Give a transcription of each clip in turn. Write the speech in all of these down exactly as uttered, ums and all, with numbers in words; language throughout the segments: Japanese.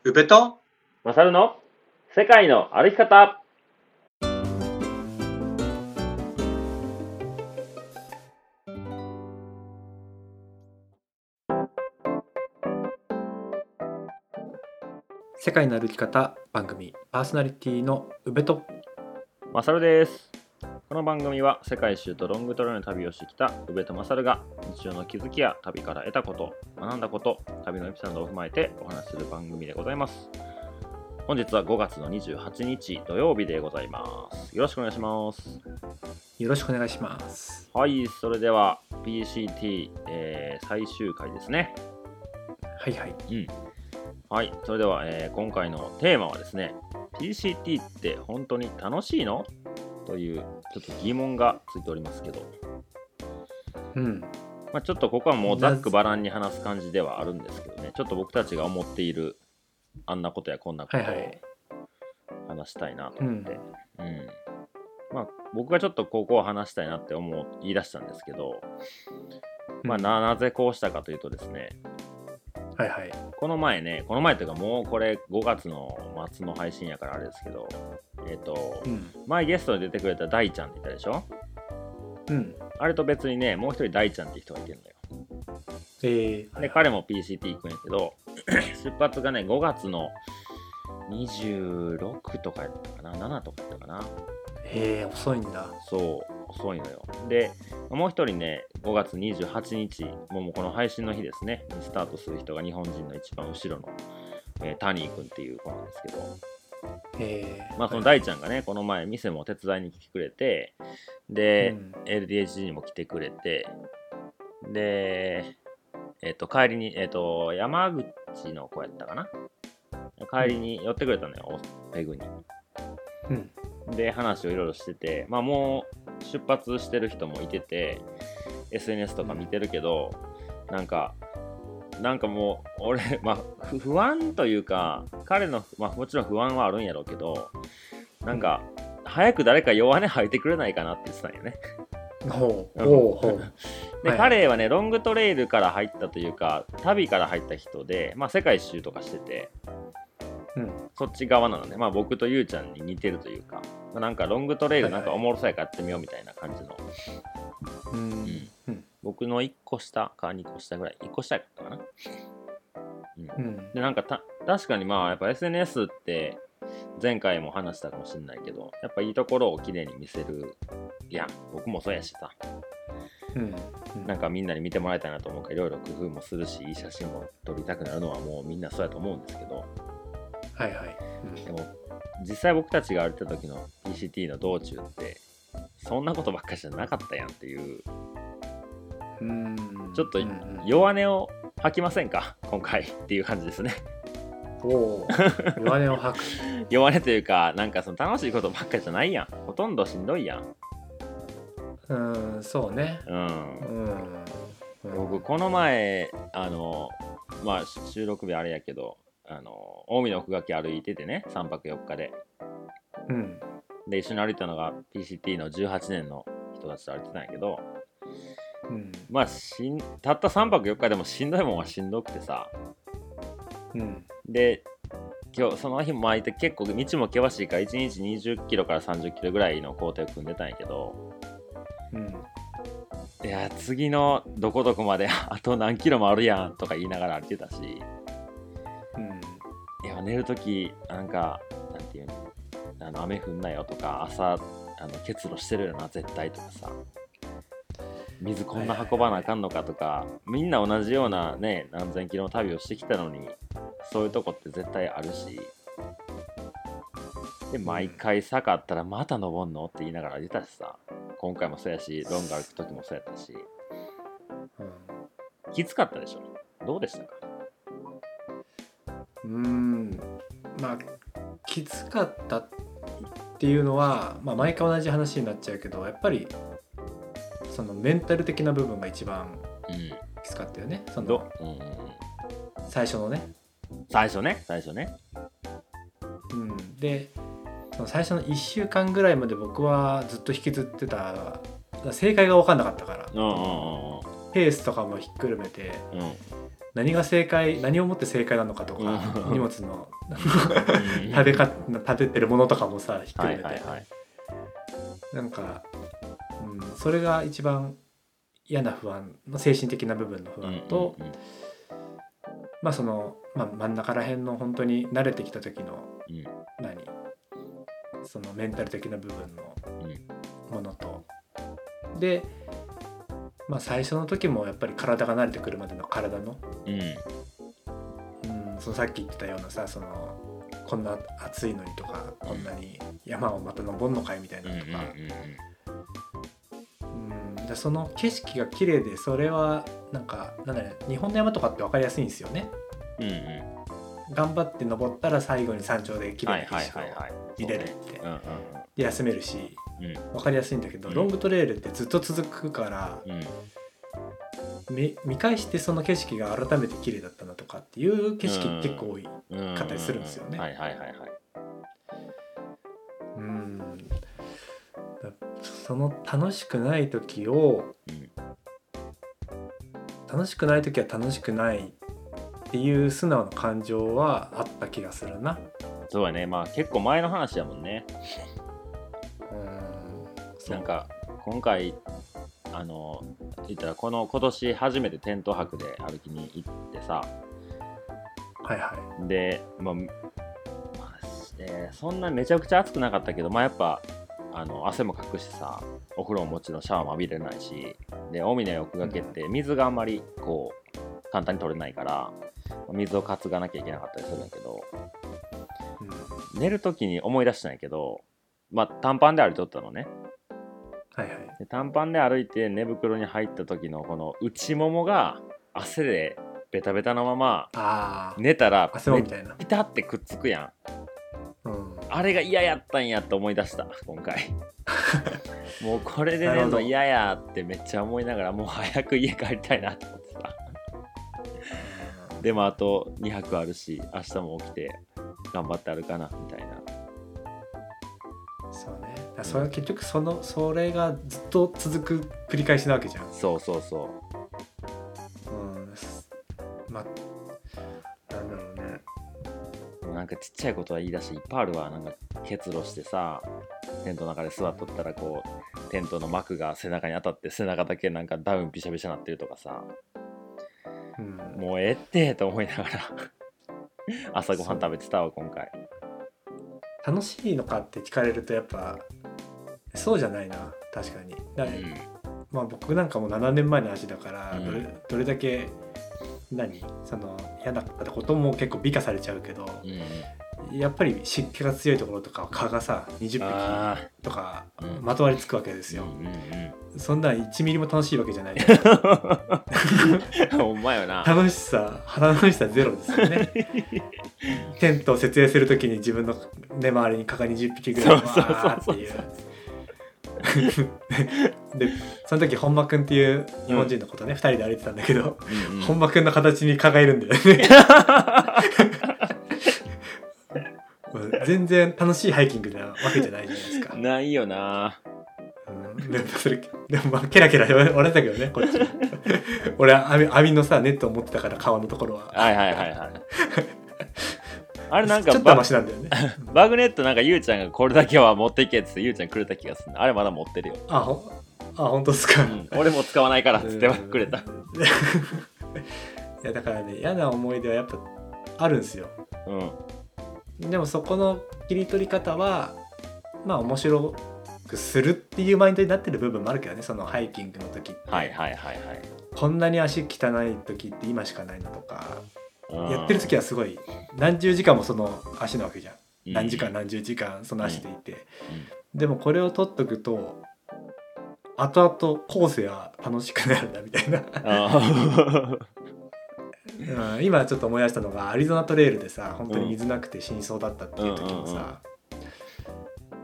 宇部とマサルの世界の歩き方。 世界の歩き方番組パーソナリティの宇部とマサルです。この番組は世界一周とロングトレイルの旅をしてきた宇部とマサルが日常の気づきや旅から得たこと、学んだこと、旅のエピソードを踏まえてお話しする番組でございます。本日はごがつのにじゅうはちにち土曜日でございます。よろしくお願いします。 よろしくお願いします。 はい、それでは ピーシーティー、えー、最終回ですね。 はいはい、 うんはい、それでは、えー、今回のテーマはですね、 ピーシーティー って本当に楽しいのというちょっと疑問がついておりますけど、 うんまあ、ちょっとここはもうざっくばらんに話す感じではあるんですけどね、ちょっと僕たちが思っているあんなことやこんなことを話したいなと思って、うんうんまあ、僕がちょっとここを話したいなって思う言い出したんですけど、まあ、な, なぜこうしたかというとですね、 はいはい、 この前ね、この前というかもうこれごがつの末の配信やからあれですけど、えっ、ー、と、うん、前ゲストに出てくれた大ちゃんって言ったでしょ。 うん。 あれと別にね、もう一人大ちゃんって人がいてるのよ。 えー、 で、彼も ピーシーティー 行くんやけど、出発がね、ごがつのにじゅうろくとかやったかな、ななとかやったかな。 へえ、遅いんだ。 そう、遅いのよ。で、もう一人ね、ごがつにじゅうはちにち、もうこの配信の日ですね、にスタートする人が日本人の一番後ろの、えー、タニー君っていう子なんですけど、 へーまあその大ちゃんがね、この前店も手伝いに来てくれて、で、うん、エルディーエイチジー にも来てくれて、で、えっ、ー、と、帰りに、えっ、ー、と、山口の子やったかな、帰りに寄ってくれたのよ、ペグに。うん、で、話をいろいろしてて、まあもう出発してる人もいてて、エスエヌエス とか見てるけど、なんか、なんかもう、俺、まあ、不安というか、彼の、まあもちろん不安はあるんやろうけど、なんか、早く誰か弱音吐いてくれないかなって言ってたんよね。 ほうほうほう。 で、はい、彼はね、ロングトレイルから入ったというか、旅から入った人で、まあ世界一周とかしてて、うん、そっち側なのね。まあ僕とゆうちゃんに似てるというか、まあ、なんかロングトレイルなんかおもろそうやからやってみようみたいな感じの。うんうんうん、僕のいっこ下かにこ下ぐらい、いっこ下やったかな。うんうん、で、なんかた確かにまあやっぱ エスエヌエス って前回も話したかもしれないけど、やっぱいいところをきれいに見せる。いや、僕もそうやしさ。うんうん、なんかみんなに見てもらいたいなと思うからいろいろ工夫もするし、いい写真も撮りたくなるのはもうみんなそうやと思うんですけど、 はいはい、 うん、でも実際僕たちが歩いた時の ピーシーティー の道中ってそんなことばっかりじゃなかったやんっていう、うーんちょっと弱音を吐きませんか今回っていう感じですね。 お弱音を吐く弱音というか、なんかその楽しいことばっかりじゃないやん、ほとんどしんどいやん。 うーんそうね、うん、 うん、僕この前あのまあ収録日あれやけど、あの近江の奥垣歩いててね、さんぱくよっかで、うん、で一緒に歩いたのが ピーシーティー のじゅうはちねんの人たちと歩いてたんやけど、うん、まあしんたったさんぱくよっかでもしんどいもんはしんどくてさ、うん、で今日その日も巻いて結構道も険しいからいちにちにじゅっキロからさんじゅっキロぐらいの工程を組んでたんやけど、うん、いや次のどこどこまであと何キロもあるやんとか言いながら歩いてたし、うん、いや寝るときなんかなんていうの、あの雨降んなよとか、朝あの結露してるよな絶対とかさ、水こんな運ばなあかんのかとか、みんな同じようなね何千キロの旅をしてきたのにそういうとこって絶対あるし、で毎回坂あったらまた登んのって言いながら出たしさ、今回もそうやしロング歩く時もそうやったし、うん、きつかったでしょ。どうでしたか？ うーんまあきつかったっていうのは、まあ、毎回同じ話になっちゃうけど、やっぱりそのメンタル的な部分が一番きつかったよね、うん、その、うん、最初のね最初ね最初ね、 うん、でその最初のいっしゅうかんぐらいまで僕はずっと引きずってた、正解が分かんなかったから、うんうんうん、ペースとかもひっくるめて、 何が正解何をもって正解なのかとか荷物の食べか食べてるものとかもさひっくるめて、はいはいはい、なんか、うん、それが一番嫌な不安の精神的な部分の不安と、うんうんうん、まあその、まあ、真ん中ら辺の本当に慣れてきた時の、うん、何そのメンタル的な部分のものと、うん、で、まあ、最初の時もやっぱり体が慣れてくるまでの体の、うんうん、そのさっき言ってたようなさそのこんな暑いのにとか、うん、こんなに山をまた登るのかいみたいなとか、うんうんうんうん、でその景色が綺麗でそれはなんかなんだろう日本の山とかって分かりやすいんですよね、うんうん、頑張って登ったら最後に山頂で綺麗な景色を見れるって、うんうん、で休めるし、うん、分かりやすいんだけど、うん、ロングトレイルってずっと続くから、うん、見, 見返してその景色が改めて綺麗だったなとかっていう景色結構多いかったりするんですよね。うんその楽しくない時を、うん、楽しくない時は楽しくないっていう素直な感情はあった気がするな。 そうやね、まあ結構前の話やもんね。うんなんか今回あの言ったらこの今年初めてテント泊で歩きに行ってさ、 はいはい。 で、まあまあえー、そんなめちゃくちゃ暑くなかったけど、まあやっぱあの汗もかくしさ、お風呂ももちろんシャワーも浴びれないし、で大峰奥掛って水があんまりこう簡単に取れないから水を担がなきゃいけなかったりするんだけど、うん、寝る時に思い出したんやけど、まあ短パンで歩いとったのね。 はいはい、 で短パンで歩いて寝袋に入った時のこの内ももが汗でベタベタのまま寝たらピタってくっつくやん、うん、あれが嫌やったんやって思い出した今回もうこれで寝るの嫌やってめっちゃ思いながらもう早く家帰りたいなと思ってさでもあとにはくあるし明日も起きて頑張って歩かなみたいな。 そうね、それ結局そのそれがずっと続く繰り返しなわけじゃん。 そうそうそう。 うん、まあなんだろうね。 なんかちっちゃいことは言い出しいっぱいあるわ。なんか結露してさ、テントの中で座っとったらこうテントの膜が背中に当たって背中だけなんかダウンビシャビシャなってるとかさ、うん、もうええってと思いながら朝ごはん食べてたわ今回。 楽しいのかって聞かれるとやっぱそうじゃないな確かに。だ、うん、まあ僕なんかもななねんまえの話だからどれ、うん、どれだけ何その嫌だったことも結構美化されちゃうけど、うん、やっぱり湿気が強いところとか蚊がさにじゅっぴきとかまとわりつくわけですよ、うんうんうん、そんないちミリも楽しいわけじゃないほんまよな。 楽しさ楽しさゼロですよねテントを設営するときに自分の根回りに蚊がにじゅっぴきぐらいわーっていうでその時本間くんっていう日本人の子とね、うん、ふたりで歩いてたんだけど、うんうん、本間くんの形に蚊がいるんだよね全然楽しいハイキングなわけじゃないじゃないですか。 ないよな、 うん、でもそれでもまあケラケラ笑ってたけどねこっち俺は網, 網のさネットを持ってたから川のところははいはいはいはいあれなんかちょっとマシなんだよねバグネットなんかゆうちゃんがこれだけは持っていけってゆうちゃんくれた気がする。あれまだ持ってるよ。 あほあ本当ですか、うん、 俺も使わないからっつってくれたいやだからね嫌な思い出はやっぱあるんですよ、うん、でもそこの切り取り方はまあ面白くするっていうマインドになってる部分もあるけどね。そのハイキングの時って、 はいはいはいはい、 こんなに足汚い時って今しかないのとかやってる時はすごい何十時間もその足なわけじゃん、うん、何時間何十時間その足でいて、うんうん、でもこれを取っとくと後々後世は楽しくなるんだみたいなうん、今ちょっと思い出したのがアリゾナトレイルでさ本当に水なくて死にそうだったっていう時もさ、うんうんうん、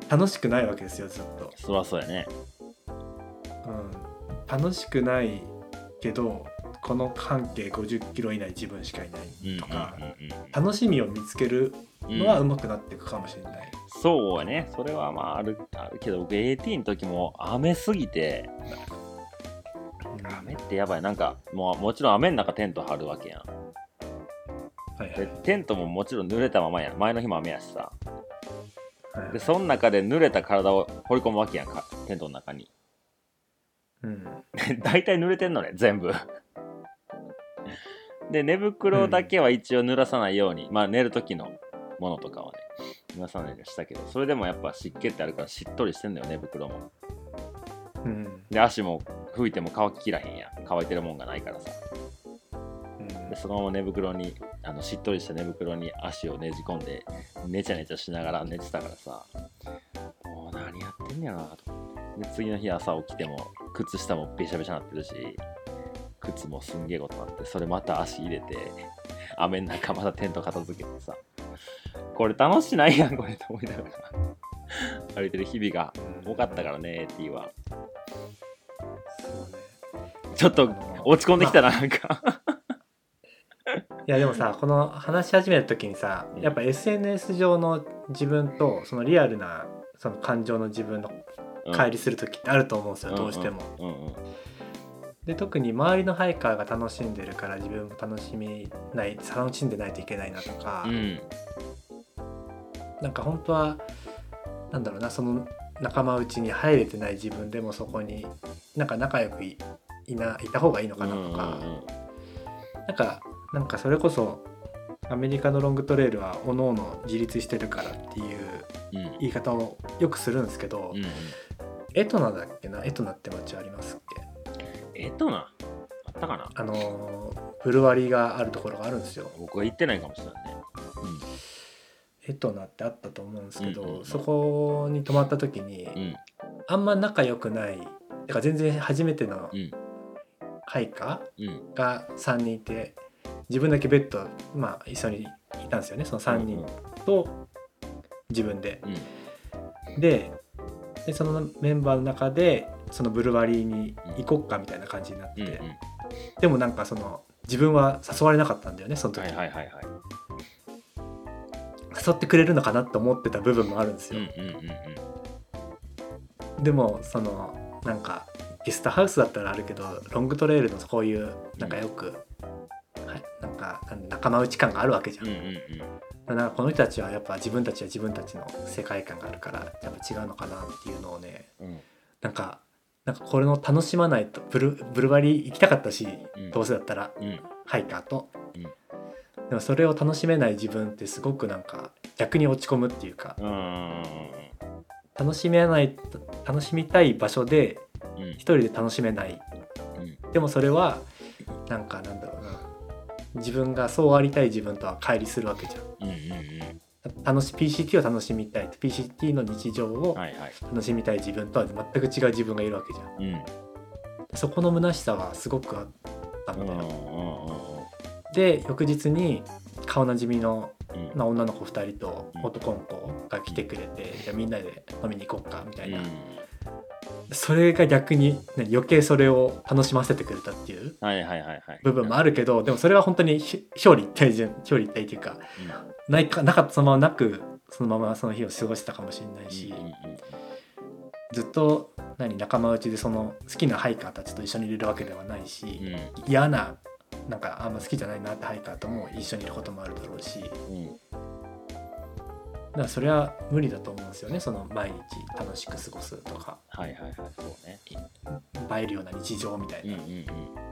楽しくないわけですよずっと。 そりゃそうやね、 うん、楽しくないけどこの半径ごじゅっキロ以内自分しかいないとか、うんうんうんうん、楽しみを見つけるのは上手くなっていくかもしれない、 うん、そうやね。それはまあある、あるけど僕 エーティー の時も雨すぎて、 雨ってやばい。なんかもうもちろん雨の中テント張るわけやん、はいはい、でテントももちろん濡れたままやん。前の日も雨やしさ、はいはい、でその中で濡れた体を放り込むわけやんか、テントの中に。うん、大体濡れてんのね全部で寝袋だけは一応濡らさないように、うん、まあ寝る時のものとかはね濡らさないようにしたけど、それでもやっぱ湿気ってあるからしっとりしてんだよ寝袋も、うん、で足も拭いても乾ききらへんやん、乾いてるもんがないからさ、うん、でそのまま寝袋にあのしっとりした寝袋に足をねじ込んでネチャネチャしながら寝てたからさ、もう何やってんねやなと思って。で次の日朝起きても靴下もべしゃべしゃなってるし、靴もすんげえことなって、それまた足入れて雨の中またテント片付けてさ、これ楽しないやんこれと思いながら歩いてる日々が多かったからねっていうわ。ちょっと落ち込んできたな、なんかいやでもさ、この話し始めた時にさ、やっぱ エスエヌエス 上の自分とそのリアルなその感情の自分の乖離する時ってあると思うんですよ、うん、どうしても、うんうんうん、で特に周りのハイカーが楽しんでるから自分も楽しみない楽しんでないといけないなとか、うん、なんか本当はなんだろうな、その仲間内に入れてない自分でもそこになんか仲良く い, い, ないた方がいいのかなとか、うんうんうん、なんかなんかそれこそアメリカのロングトレイルはおのおの自立してるからっていう言い方をよくするんですけど、うんうん、エトナだっけな、エトナって街ありますっけ？エトナあったかな。 あのブルワリーがあるところがあるんですよ。 僕は行ってないかもしれないね、 うん、エトナってあったと思うんですけど、うんうんうん、そこに泊まった時に、うん、あんま仲良くないてか全然初めてのハイカーがさんにんいて、自分だけベッド、まあ、一緒にいたんですよね、そのさんにんと自分で、うん、で, でそのメンバーの中でそのブルワリーに行こっかみたいな感じになって、うんうん、でもなんかその自分は誘われなかったんだよねその時、はいはいはいはい、誘ってくれるのかなと思ってた部分もあるんですよ、うんうんうんうん、でもそのなんかゲストハウスだったらあるけどロングトレイルのこういうなんかよく、うん、はい、なんか仲間内感があるわけじゃん、うんうんうん、なんかこの人たちはやっぱ自分たちは自分たちの世界観があるからやっぱ違うのかなっていうのをね、うん、なんかなんかこれの楽しまないとブル、ブルバリ行きたかったし、うん、どうせだったら、うん、ハイカーと、うん、でもそれを楽しめない自分ってすごくなんか逆に落ち込むっていうか、うん、楽しめない楽しみたい場所で一人で楽しめない、うん、でもそれはなんかなんだろうな、自分がそうありたい自分とは乖離するわけじゃん、うんうんうん、楽し ピーシーティー を楽しみたい ピーシーティー の日常を楽しみたい自分とは全く違う自分がいるわけじゃん、うん、そこの虚しさはすごくあったので、うんうんうん、で翌日に顔なじみの、うん、女の子ふたりと男の子が来てくれて、うん、じゃあみんなで飲みに行こうかみたいな、うん、それが逆に余計それを楽しませてくれたっていう部分もあるけど、でもそれは本当に表裏一体じゃん、表裏一体っていうか、うん、ないかなかったそのままなくそのままその日を過ごしたかもしれないし、うんうんうん、ずっと何仲間内でその好きなハイカーたちと一緒にいるわけではないし、うん、嫌ななんかあんま好きじゃないなってハイカーとも一緒にいることもあるだろうし、うん、だからそれは無理だと思うんですよね、その毎日楽しく過ごすとか、はいはいはい、そうね、映えるような日常みたいな、うんうんうんうん、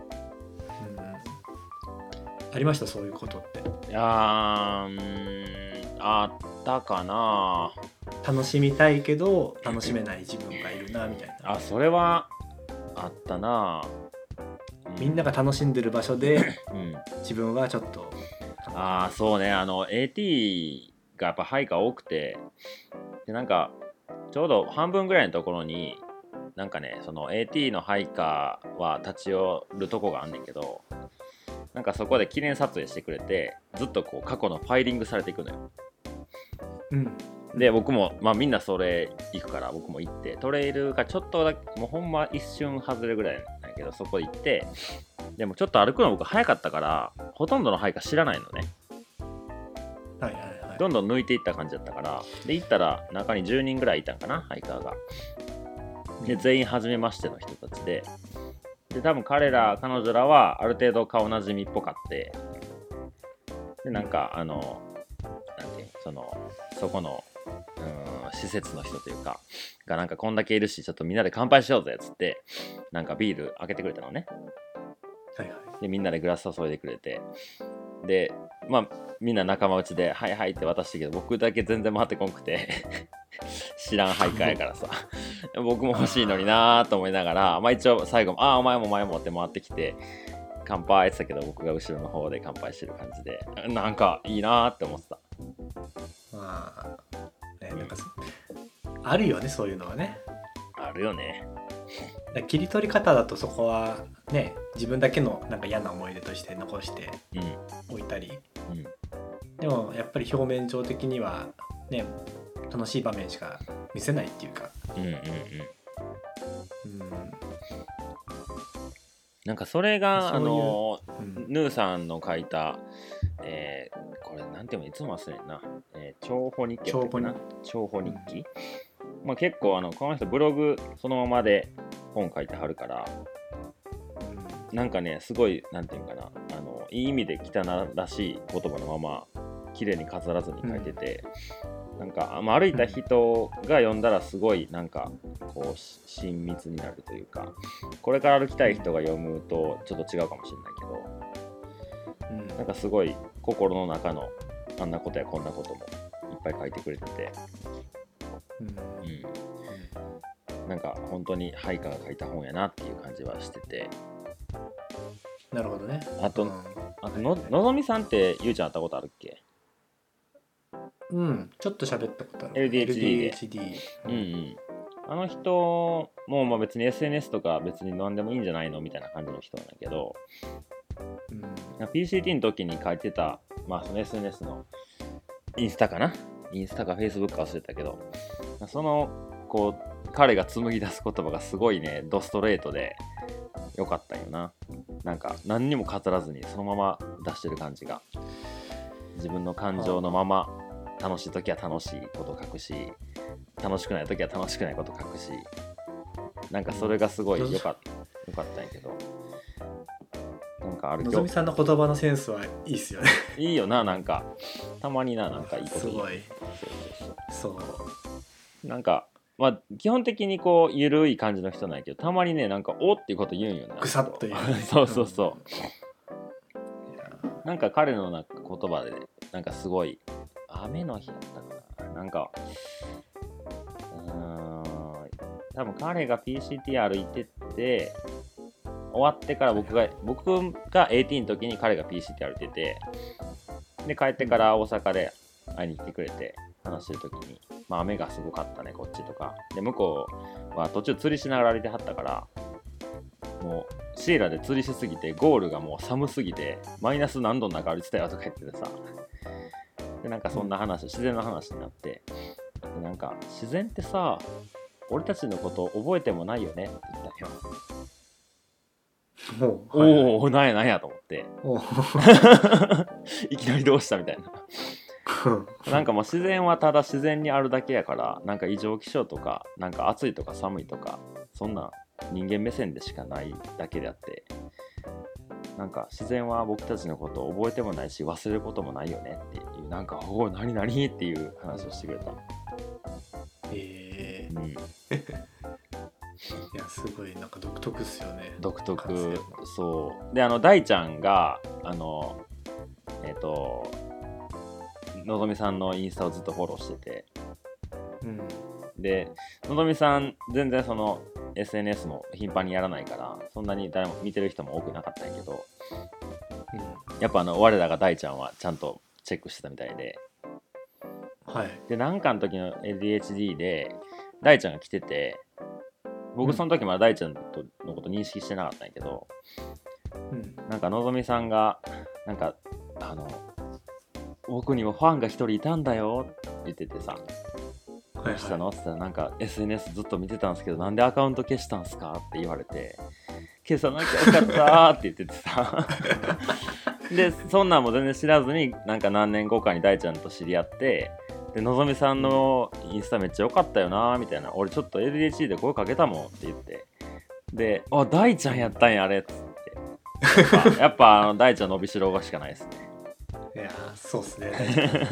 ありましたそういうことって？ いやー、うーん、あったかな。 楽しみたいけど楽しめない自分がいるなみたいな。 あ、それはあったな、 うん、みんなが楽しんでる場所で、うん、自分はちょっと、 ああそうね、あの エーティー がやっぱハイカー多くて、でなんかちょうど半分ぐらいのところになんかね、その エーティー のハイカーは立ち寄るとこがあんねんけど、なんかそこで記念撮影してくれてずっとこう過去のファイリングされていくのよ、うん、で僕もまあみんなそれ行くから僕も行って、トレイルがちょっとだけもうほんま一瞬外れるぐらいなんやけどそこ行って、でもちょっと歩くの僕早かったからほとんどのハイカー知らないのね、はいはいはい、どんどん抜いていった感じだったから、で行ったら中にじゅうにんぐらいいたんかなハイカーが、で全員初めましての人たちで、 で多分彼ら彼女らはある程度顔なじみっぽかってでなんかあのなんていうそのそこのうん施設の人というかがなんかこんだけいるしちょっとみんなで乾杯しようぜっつってなんかビール開けてくれたのね。 はいはい。 でみんなでグラス注いでくれてでまあみんな仲間内ではいはいって渡したけど僕だけ全然回ってこんくて知らん徘徊やからさ僕も欲しいのになーと思いながらまあ一応最後もああお前もお前もって回ってきて乾杯って言ってたけど僕が後ろの方で乾杯してる感じでなんかいいなーって思ってた。 まあねなんかあるよねそういうのはね。 あるよね。 切り取り方だとそこはね自分だけのなんか嫌な思い出として残しておいたり、うんうん、でもやっぱり表面上的にはね楽しい場面しか見せないっていうか、うんうんうんうん、 なんかそれがあの、うん、ヌーさんの書いた、えー、これなんていうのいつも忘れんな、えー、長保日記やったっけな長保日記、うんまあ、結構あのこの人ブログそのままで本書いてはるから、うん、なんかねすごいなんていうかなあのいい意味で汚らしい言葉のまま綺麗に飾らずに書いてて、うん、なんか、まあ、歩いた人が読んだらすごいなんかこう親密になるというかこれから歩きたい人が読むとちょっと違うかもしれないけど、うん、なんかすごい心の中のあんなことやこんなこともいっぱい書いてくれてて、うんうん、なんか本当に配下が書いた本やなっていう感じはしてて。 なるほどね。 あと、うん、あとののぞみさんってゆうちゃん会ったことあるっけ？ うんちょっと喋ったことある。 エルディーエイチディー で。 エルディーエイチディー、 うんうん。あの人もまあ別に エスエヌエス とか別に何でもいいんじゃないのみたいな感じの人なんだけど、うん、ピーシーティー の時に書いてたまあその エスエヌエス のインスタかなインスタか Facebook か忘れたけどそのこう彼が紡ぎ出す言葉がすごいねドストレートでよかったんよな。なんか何にも飾らずにそのまま出してる感じが自分の感情のまま楽しい時は楽しいこと書くし楽しくない時は楽しくないこと書くしなんかそれがすごいよかった、よかったんやけどなんかあるのぞみさんの言葉のセンスはいいっすよねいいよななんかたまにななんかいいこと言うすごいそうそうなんかまあ基本的にこうゆるい感じの人なんやけどたまにねなんかおっていうこと言うんよなぐさっと言う、ね、 そうそうそう、うん、なんか彼のなんか言葉でなんかすごい雨の日だったかななんかうーん多分彼が ピーシーティー 歩いてって終わってから僕が僕がじゅうはちの時に彼が ピーシーティー 歩いててで帰ってから大阪で会いに来てくれて話してる時にまあ雨がすごかったねこっちとかで向こうは途中釣りしながら歩いてはったからもうシエラで釣りしすぎてゴールがもう寒すぎてマイナス何度の中歩いてたよとか言っててさでなんかそんな話、うん、自然の話になってでなんか自然ってさ俺たちのこと覚えてもないよねって言ったよ。お、はいはい、おおなんやなんやと思っていきなりどうしたみたいななんかもう自然はただ自然にあるだけやからなんか異常気象とかなんか暑いとか寒いとかそんな人間目線でしかないだけであってなんか自然は僕たちのことを覚えてもないし忘れることもないよねっていうなんかおお何何っていう話をしてくれた。 へえー、うん、いやすごいなんか独特っすよね。 独特そうであの大ちゃんがあのえっ、ー、とのぞみさんのインスタをずっとフォローしてて、うん、でのぞみさん全然その エスエヌエス も頻繁にやらないからそんなに誰も見てる人も多くなかったんやけど、うん、やっぱあの我らが大ちゃんはちゃんとチェックしてたみたいで、はい、でなんかの時の エルディーエイチディー で大ちゃんが来てて僕その時まだ大ちゃんのこと認識してなかったんやけど、うん、なんかのぞみさんがなんかあの僕にもファンが一人いたんだよって言っててさ、どうしたのって言ったらなんか エスエヌエス ずっと見てたんですけどなんでアカウント消したんすかって言われて消さなきゃよかったって言っててさでそんなんも全然知らずになんか何年後かに大ちゃんと知り合ってでのぞみさんのインスタめっちゃ良かったよなみたいな俺ちょっと エルディーエイチディー で声かけたもんって言ってであ大ちゃんやったんやあれっつってやっぱ、やっぱあの大ちゃん伸びしろがしかないですね。 いやそうっすね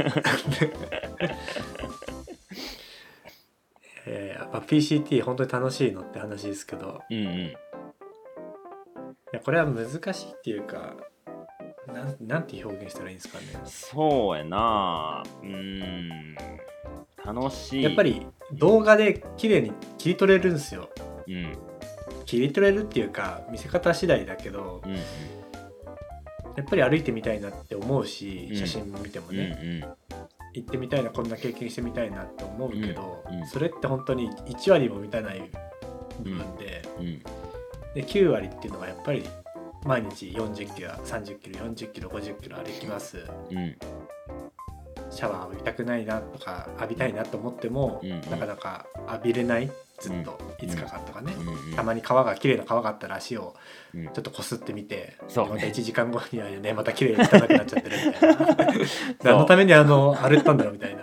えー、やっぱ ピーシーティー 本当に楽しいのって話ですけど、 うんうん、いやこれは難しいっていうかなんなんて表現したらいいんですかね。 そうやなうーん楽しい。 やっぱり動画で綺麗に切り取れるんですよ、 うん、 切り取れるっていうか見せ方次第だけど、 うんうん、 やっぱり歩いてみたいなって思うし、写真見てもね、 うんうん、 行ってみたいなこんな経験してみたいなって思うけど、 うんうん、 それって本当にいち割も満たない部分で、 うんうん、 できゅう割っていうのはやっぱり毎日よんじゅっキロさんじゅっキロよんじゅっキロごじゅっキロ歩きます、 うん、 シャワー浴びたくないなとか浴びたいなと思っても、 うんうん、 なかなか浴びれないずっといつかかとかね、 うんうん、 たまに川が綺麗な川があったら足をちちょっとこすってみて、 そうね、 またいちじかんごにはねまた綺麗に汚くなっちゃってるみたいな何のためにあの歩ったんだろうみたいな。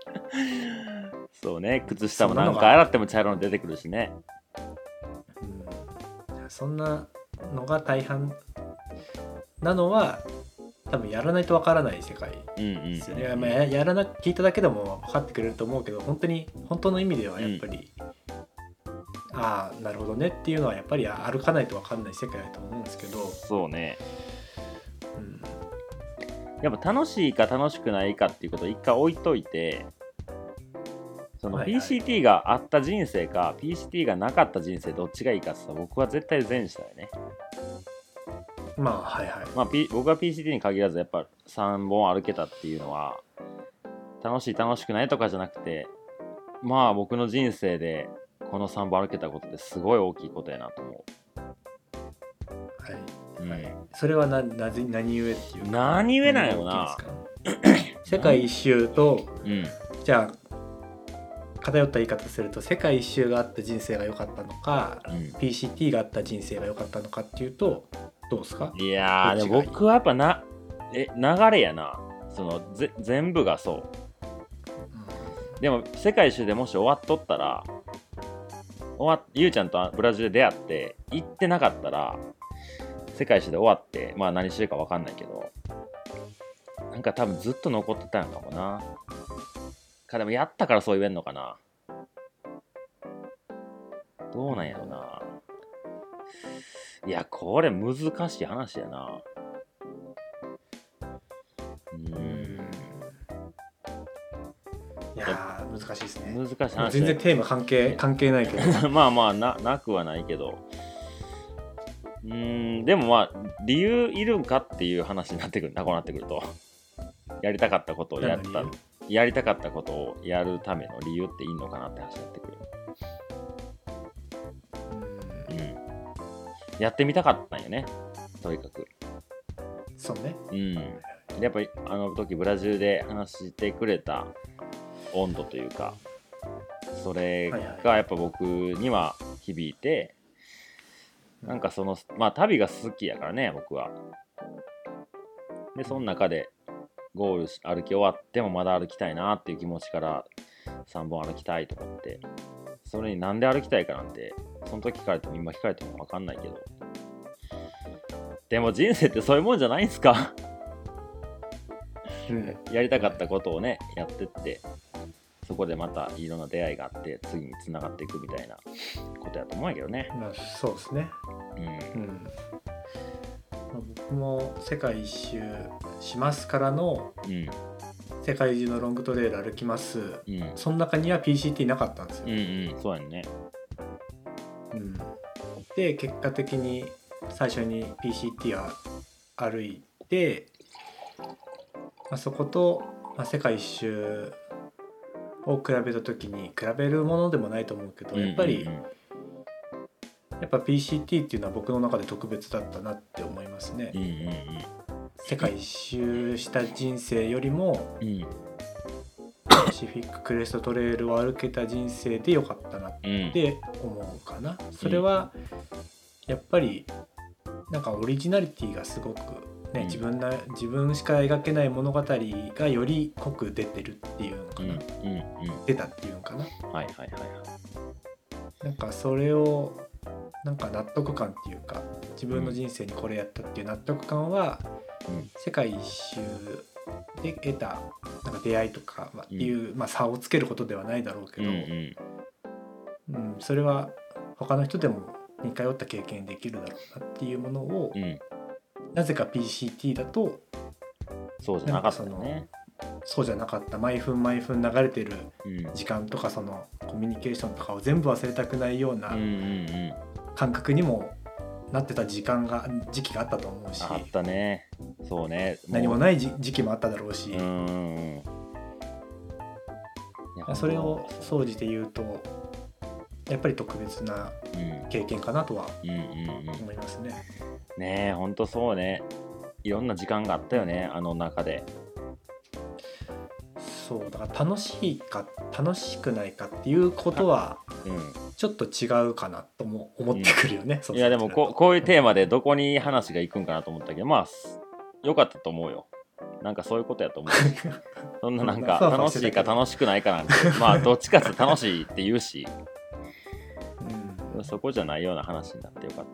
そうね、靴下もなんか洗っても茶色の出てくるしね。 うん、そんなのが大半なのは多分やらないとわからない世界ですよね。うんうんうん、まあ、やらな聞いただけでも分かってくれると思うけど、本当に本当の意味ではやっぱり、うん、ああなるほどねっていうのはやっぱり歩かないと分かんない世界だと思うんですけど。 そうね、 うん、 やっぱ楽しいか楽しくないかっていうことを一回置いといて、その ピーシーティー があった人生か、はいはい、ピーシーティー がなかった人生どっちがいいかって言ったら僕は絶対前者だよね。 まあはいはい、 まあ、P、僕は ピーシーティー に限らずやっぱさんぼん歩けたっていうのは楽しい楽しくないとかじゃなくて、まあ僕の人生でこのさんぼん歩けたことってすごい大きいことやなと思う。 はい、 うん、 はい、それはななぜ何故っていうか何故なんやろな世界一周と、 うん、 じゃあ偏った言い方すると世界一周があった人生が良かったのか、うん、ピーシーティー があった人生が良かったのかっていうとどうですか？ いやーでも僕はやっぱなえ流れやな、そのぜ全部がそう、うん、でも世界一周でもし終わっとったら終わゆうちゃんとブラジルで出会って行ってなかったら世界一周で終わってまあ何してるか分かんないけどなんか多分ずっと残ってたんかもな。かでもやったからそう言えんのかな。どうなんやろな。いやこれ難しい話やな。うーん。 いや難しいですね。 難しい話。 全然テーマ関係関係ないけど。 まあまあ な, なくはないけど。うーんでもまあ理由いるんかっていう話になってくるな、こうなってくると。やりたかったことをやったやりたかったことをやるための理由っていいのかなって話になってくる。うん、うん、やってみたかったんよね、とにかく。 そうね。 うん。やっぱりあの時ブラジルで話してくれた温度というか、それがやっぱ僕には響いて、なんかそのまあ旅が好きやからね僕は。でその中でゴール歩き終わってもまだ歩きたいなっていう気持ちからさんぼん歩きたいと思って、それになんで歩きたいかなんてその時聞かれても今聞かれても分かんないけど、でも人生ってそういうもんじゃないんすか、うん、やりたかったことをねやってってそこでまたいろんな出会いがあって次につながっていくみたいなことやと思うんやけどね。 まあそうですね。うん、うん僕も世界一周しますからの、うん、世界中のロングトレイル歩きます、うん、その中には ピーシーティー なかったんですよ。 うんうん、そうやね、 うん、で結果的に最初に ピーシーティー は歩いて、まあ、そこと、まあ、世界一周を比べた時に比べるものでもないと思うけど、やっぱり、うんうんうんやっぱ ピーシーティー っていうのは僕の中で特別だったなって思いますね、うんうんうん、世界一周した人生よりも、うん、パシフィッククレストトレイルを歩けた人生でよかったなって思うかな、うん、それはやっぱりなんかオリジナリティがすごくね、うん、自分な自分しか描けない物語がより濃く出てるっていうのかな、うんうんうん、出たっていうのかな、はいはいはいはい、なんかそれをなんか納得感っていうか自分の人生にこれやったっていう納得感は、うん、世界一周で得たなんか出会いとかっていう、うんまあ、差をつけることではないだろうけど、うんうん、それは他の人でも似通った経験できるだろうなっていうものを、うん、なぜか ピーシーティー だとそうじゃなかったね。 そうじゃなかった毎分毎分流れてる時間とか、うん、そのコミュニケーションとかを全部忘れたくないような感覚にもなってた時間が時期があったと思うし、 あったね。そうね。 何もない時期もあっただろうし、うん、それを総じて言うとやっぱり特別な経験かなとは思いますね。 うん、ねえ、ほんとそうね。いろんな時間があったよね、あの中で。 そうだから楽しいか楽しくないかっていうことはちょっと違うかなとも思ってくるよね。 うん、いやでもこ う, こういうテーマでどこに話が行くんかなと思ったけど、まあ良かったと思うよ。なんかそういうことやと思う。そんななんか楽しいか楽しくないかなんてまあどっちかって楽しいって言うし、うん、そこじゃないような話になってよかった。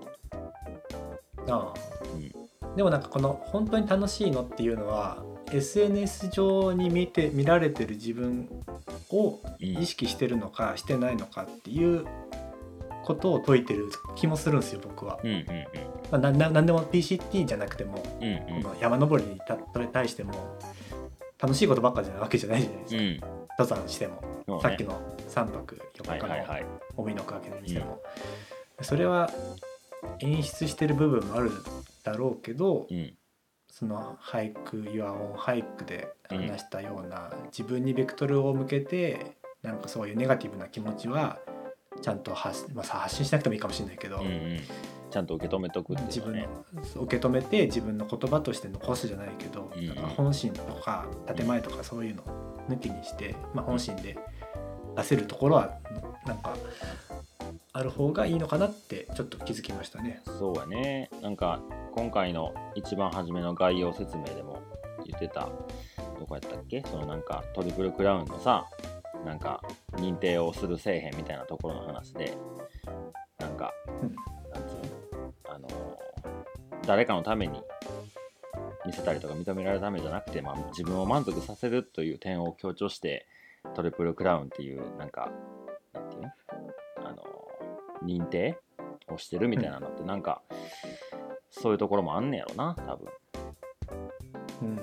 ああ、うん、でもなんかこの本当に楽しいのっていうのはエスエヌエス 上に見て見られてる自分を意識してるのかしてないのかっていうことを説いてる気もするんですよ僕は。うんうんうんまあ、なな何でも ピーシーティー じゃなくても、うんうん、この山登りに対しても楽しいことばっかじゃないわけじゃないじゃないですか、うん、登山しても、ね、さっきのさんぱくよっかの帯の区分けにしても、はいはいはい、それは演出してる部分もあるだろうけど、うんその俳句イワオン俳句で話したような、うん、自分にベクトルを向けてなんかそういうネガティブな気持ちはちゃんと 発,、まあ、発信しなくてもいいかもしれないけど、うんうん、 ちゃんと受け止めとくっていうのはね、 自分の受け止めて自分の言葉として残すじゃないけど、うんうん、なんか本心とか建前とかそういうのを抜きにして、まあ、本心で出せるところはなんかある方がいいのかなってちょっと気づきましたね。 そうやね。なんか今回の一番初めの概要説明でも言ってたどこやったっけ、そのなんかトリプルクラウンのさなんか認定をするせえへんみたいなところの話でなんか、うん、なんつうのあの誰かのために見せたりとか認められるためじゃなくて、まあ、自分を満足させるという点を強調してトリプルクラウンっていうなんかなんていうのあの認定をしてるみたいなのってなんか、うん、そういうところもあんねやろな多分。うん、うん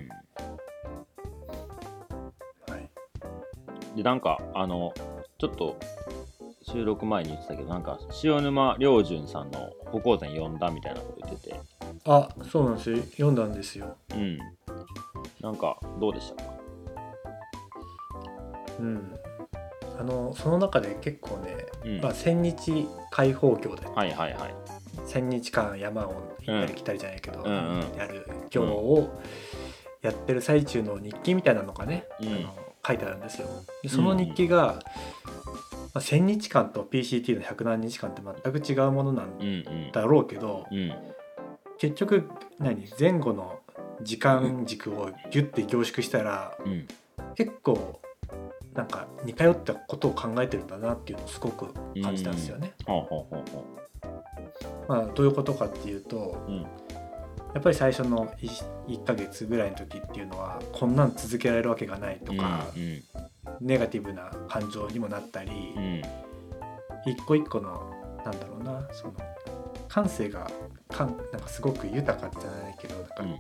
はい、でなんかあのちょっと収録前に言ってたけどなんか塩沼良純さんの歩行伝読んだみたいなこと言ってて。 あ、そうなんですよ、読んだんですよ。 うんなんかどうでしたか。 うんあのその中で結構ね、うんまあ、千日開放行で、はいはいはい、千日間山を行ったり来たりじゃないけど、うんうんうん、やる行をやってる最中の日記みたいなのがね、うん、あの書いてあるんですよ。でその日記が、うんまあ、千日間と ピーシーティー の百何日間って全く違うものなんだろうけど、うんうん、結局何前後の時間軸をギュッて凝縮したら、うん、結構なんか似通ったことを考えてるんだなっていうのをすごく感じたんですよね。まあどういうことかっていうと、うん、やっぱり最初の いっかげつぐらいの時っていうのはこんなん続けられるわけがないとか、うんうん、ネガティブな感情にもなったり、うん、一個一個のなんだろうなその感性がかんなんかすごく豊かじゃないけどなんか、うん、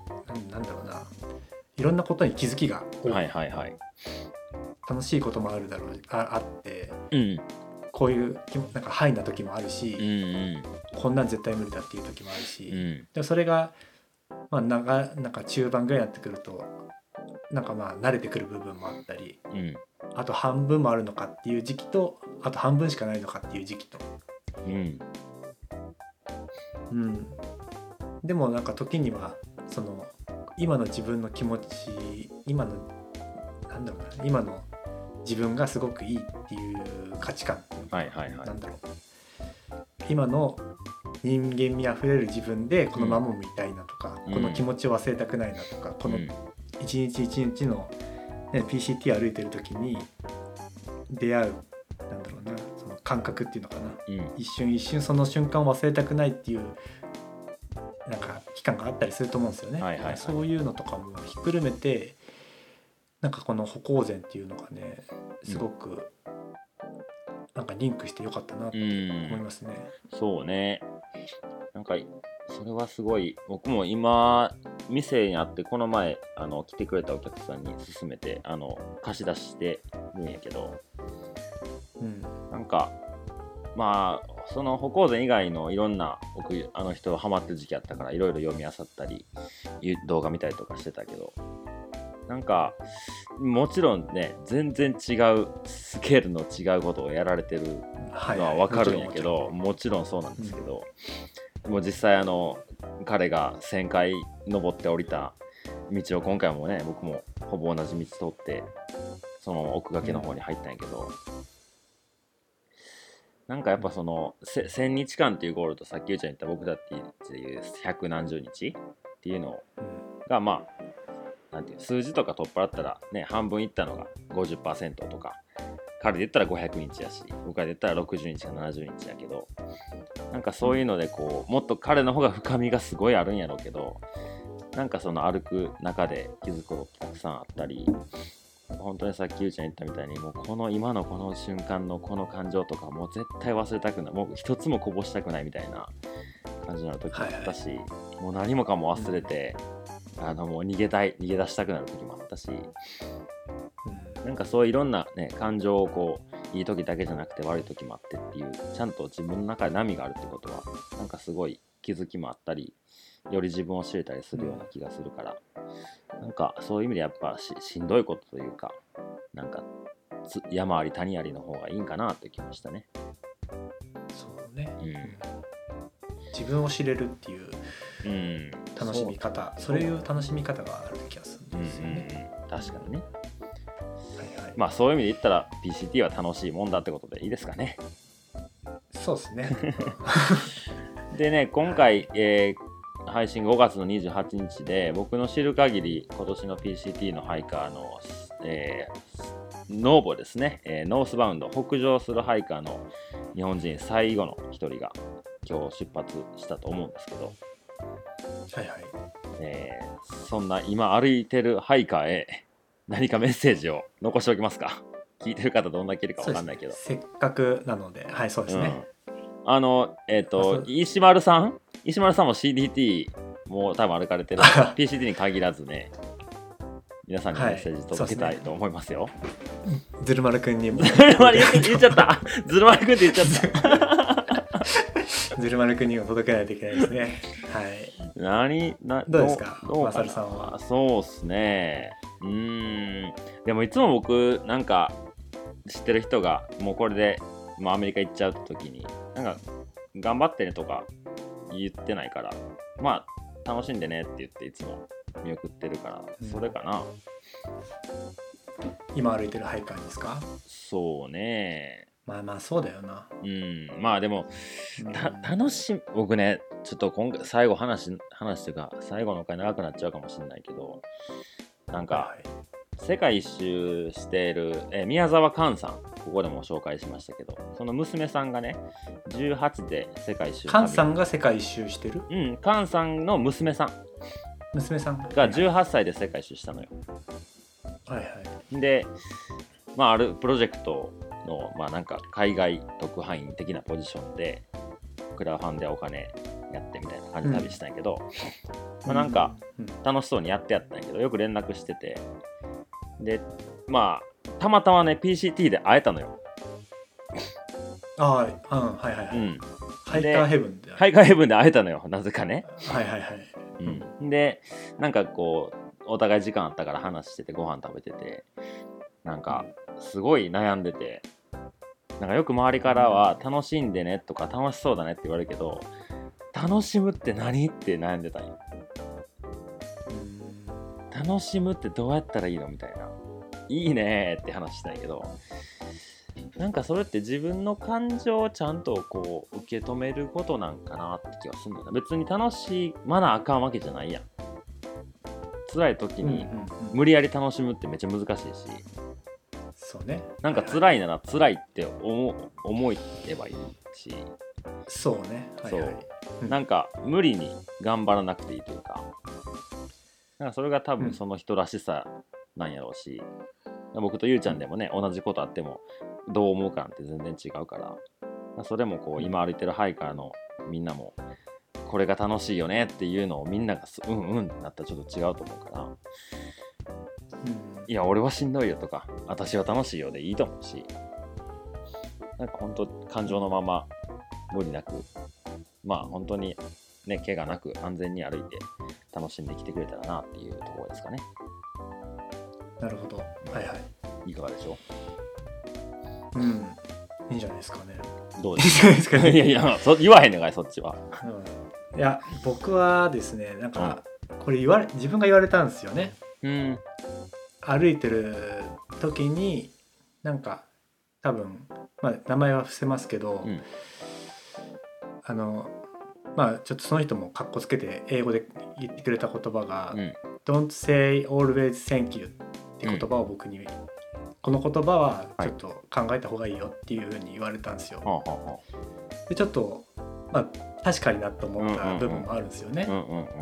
なんだろうないろんなことに気づきが多い。はいはいはい楽しいこともあるだろう あ, あって、うん、こういうなんかハイな時もあるし、うんうん、こんなん絶対無理だっていう時もあるし、うん、でそれが、まあ、長なんか中盤ぐらいになってくるとなんかまあ慣れてくる部分もあったり、うん、あと半分もあるのかっていう時期とあと半分しかないのかっていう時期と、うんうん、でもなんか時にはその今の自分の気持ち今のなんだろうな今の自分がすごくいいっていう価値観、はいはいはい、なんだろう今の人間味あふれる自分でこのままもいたいなとか、うん、この気持ちを忘れたくないなとか、うん、この一日一日の、ね、ピーシーティー 歩いてる時に出会うなんだろうなその感覚っていうのかな、 うん、 一瞬一瞬その瞬間を忘れたくないっていうなんか期間があったりすると思うんですよね、 はいはいはい、 そういうのとかもひっくるめてなんかこの歩行前っていうのがねすごくなんかリンクしてよかったなと思いますね、 うん、そうね、なんかそれはすごい僕も今店にあってこの前あの来てくれたお客さんに勧めてあの貸し出してるんやけど、うん、なんかまあその歩行前以外のいろんな僕あの人ハマってる時期あったからいろいろ読み漁ったり動画見たりとかしてたけど、なんかもちろんね全然違うスケールの違うことをやられてるのは分かるんやけど、はいはい、もちろんそうなんですけど、うん、もう実際あの彼がせんかい登って降りた道を今回もね僕もほぼ同じ道通ってその奥掛けの方に入ったんやけど、うん、なんかやっぱそのせんにちかんっていうゴールとさっきゆうちゃん言った僕だっていう百何十日っていうのがまあなんていう数字とか取っ払ったらね半分いったのが ごじゅっパーセント とか彼で言ったらごひゃくにちやし僕らで言ったらろくじゅうにちかななじゅうにちやけど、なんかそういうのでこうもっと彼の方が深みがすごいあるんやろうけど、なんかその歩く中で気づくことってたくさんあったり、本当にさっきゆうちゃん言ったみたいにもうこの今のこの瞬間のこの感情とかもう絶対忘れたくない、もう一つもこぼしたくないみたいな感じになる時もあったし、はいはい、もう何もかも忘れて、うん、あのもう逃げたい逃げ出したくなる時もあったし、うん、なんかそういういろんなね感情をこういい時だけじゃなくて悪い時もあってっていうちゃんと自分の中で波があるってことはなんかすごい気づきもあったりより自分を知れたりするような気がするから、なんかそういう意味でやっぱ し, しんどいことというかなんか山あり谷ありの方がいいんかなって気ましたね。 そうね、うん、自分を知れるっていう楽しみ方、うん、そ, そういう楽しみ方がある気がするんですよね、 うんうん、確かにね、はいはい、まあそういう意味で言ったら ピーシーティー は楽しいもんだってことでいいですかね。 そうですねでね今回、はい、えー配信ごがつのにじゅうはちにちで僕の知る限り今年の ピーシーティー のハイカーの、えー、ノーボですね、えー、ノースバウンド北上するハイカーの日本人最後の一人が今日出発したと思うんですけど、 はいはい、 えー、そんな今歩いてるハイカーへ何かメッセージを残しておきますか。聞いてる方どんだけいるか分かんないけど、 せっかくなのではいそうですね、 うん、あのえっ、ー、と石丸さん石丸さんも シーディーティー も多分歩かれてるピーシーティー に限らずね皆さんにメッセージ届けたいと思いますよ、 はいね、ずるまるくんにもずるまるくんって言っちゃったずるまるくんって言っちゃったずるまるくんにも届けないといけないですね。はい何などうですかどうまさるさんは。 そうっすねうーんでもいつも僕なんか知ってる人がもうこれで、まあ、アメリカ行っちゃう時になんか頑張ってねとか言ってないからまあ楽しんでねって言っていつも見送ってるから、うん、それかな。 今歩いてるハイカーですか。 そうねまあまあそうだよな。 うんまあでも、うん、た楽しみ僕ねちょっと今回最後話話というか最後の回長くなっちゃうかもしれないけどなんか、はい、世界一周している、え宮沢寛さんここでも紹介しましたけどその娘さんがねじゅうはちで世界一周寛さんが世界一周してるうん寛さんの娘さん娘さんがじゅうはっさいで世界一周したのよ。 はいはいでまああるプロジェクトのまあなんか海外特派員的なポジションでクラファンでお金やってみたいな感じで旅したんやけど、うんまあ、なんか楽しそうにやってやったんやけどよく連絡しててでまあたまたまね ピーシーティー で会えたのよ。 ああ、うん、はいはいはい、うん、ハイカーヘブンでハイカーヘブンで会えたのよなぜかね。 はいはいはい、 うん、でなんかこうお互い時間あったから話しててご飯食べててなんかすごい悩んでてなんかよく周りからは楽しんでねとか楽しそうだねって言われるけど楽しむって何って悩んでたんよ。楽しむってどうやったらいいのみたいないいねって話したんやけどなんかそれって自分の感情をちゃんとこう受け止めることなんかなって気がするんだよね。別に楽しまなあかんわけじゃないやん。辛い時に無理やり楽しむってめっちゃ難しいし、 そうね、 なんか辛いなら辛いって思思えばいいし、 そうね、はいはい、 そう、なんか無理に頑張らなくていいというか、なんかそれが多分その人らしさなんやろうし、うん、僕とゆうちゃんでもね、同じことあってもどう思うかなんて全然違うから、それもこう今歩いてるハイカーのみんなもこれが楽しいよねっていうのをみんながうんうんってなったらちょっと違うと思うから、うん、いや俺はしんどいよとか私は楽しいよでいいと思うし、なんか本当感情のまま無理なく、まあ本当にね怪我なく安全に歩いて楽しんできてくれたらなっていうところですかね。 なるほど、はいはい、 いかがでしょう。うん、いいんじゃないですかね。 どうですかいやいやそ言わへんのかいそっちは、 うん、いや僕はですね、なんかこれ言われ自分が言われたんですよね、うん、歩いてる時になんか多分、まあ、名前は伏せますけど、うん、あのまあちょっとその人もカッコつけて英語で言ってくれた言葉が、うん、Don't say always thank you って言葉を僕に、うん、この言葉はちょっと考えた方がいいよっていうふうに言われたんですよ、はい、でちょっと、まあ、確かになと思った部分もあるんですよね。